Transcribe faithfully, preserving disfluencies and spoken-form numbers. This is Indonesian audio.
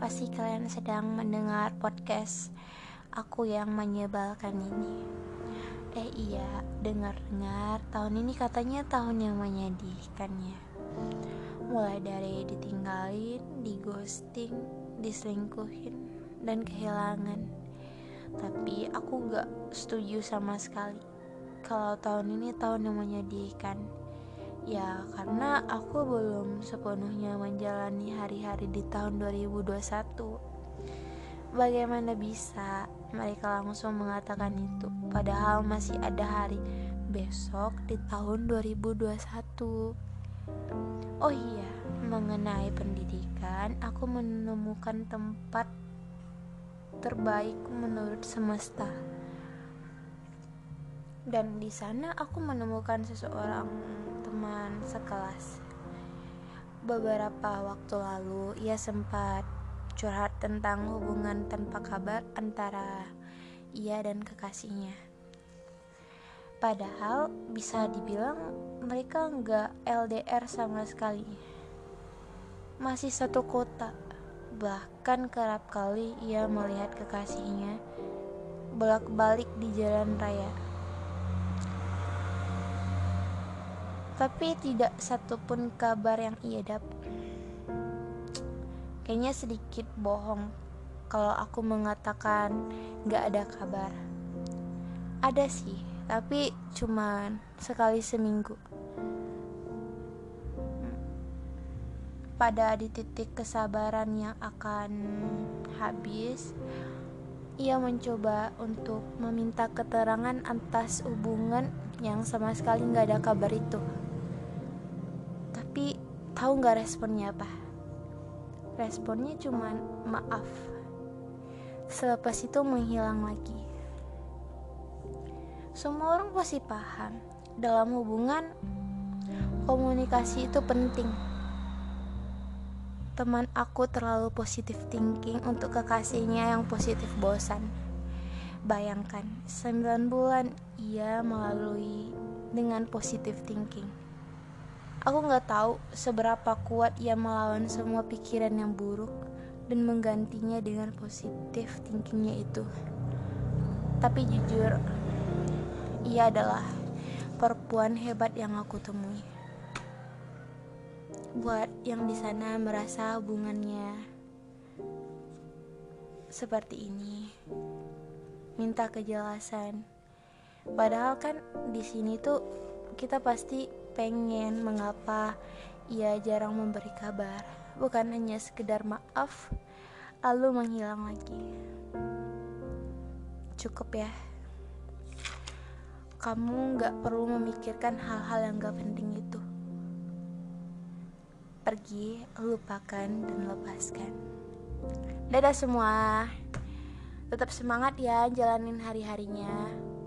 pasti kalian sedang mendengar podcast aku yang menyebalkan ini. Eh iya, dengar-dengar tahun ini katanya tahun yang menyedihkan ya. Mulai dari ditinggalin, dighosting, diselingkuhin, dan kehilangan. Tapi aku gak setuju sama sekali kalau tahun ini tahun yang menyedihkan. Ya karena aku belum sepenuhnya menjalani hari-hari di tahun dua ribu dua puluh satu. Bagaimana bisa mereka langsung mengatakan itu, padahal masih ada hari besok di tahun dua ribu dua puluh satu. Oh iya, mengenai pendidikan, aku menemukan tempat terbaik menurut semesta. Dan di sana aku menemukan seseorang teman sekelas. Beberapa waktu lalu ia sempat curhat tentang hubungan tanpa kabar antara ia dan kekasihnya. Padahal bisa dibilang mereka nggak L D R sama sekali. Masih satu kota. Bahkan kerap kali ia melihat kekasihnya bolak-balik di jalan raya. Tapi tidak satupun kabar yang ia dapat. Kayaknya sedikit bohong kalau aku mengatakan gak ada kabar. Ada sih, tapi cuman sekali seminggu. Pada di titik kesabaran yang akan habis, ia mencoba untuk meminta keterangan atas hubungan yang sama sekali gak ada kabar itu. Tapi tahu gak responnya apa? Responnya cuman maaf. Selepas itu menghilang lagi. Semua orang pasti paham, dalam hubungan komunikasi itu penting. Teman aku terlalu positif thinking untuk kekasihnya yang positif bosan. Bayangkan, sembilan bulan ia melalui dengan positif thinking. Aku gak tahu seberapa kuat ia melawan semua pikiran yang buruk dan menggantinya dengan positif thinkingnya itu. Tapi jujur, ia adalah perempuan hebat yang aku temui. Buat yang di sana merasa hubungannya seperti ini, minta kejelasan. Padahal kan di sini tuh kita pasti pengen mengapa ia jarang memberi kabar, bukan hanya sekedar maaf lalu menghilang lagi. Cukup ya. Kamu gak perlu memikirkan hal-hal yang gak penting itu. Pergi, lupakan, dan lepaskan. Dadah semua. Tetap semangat ya jalanin hari-harinya.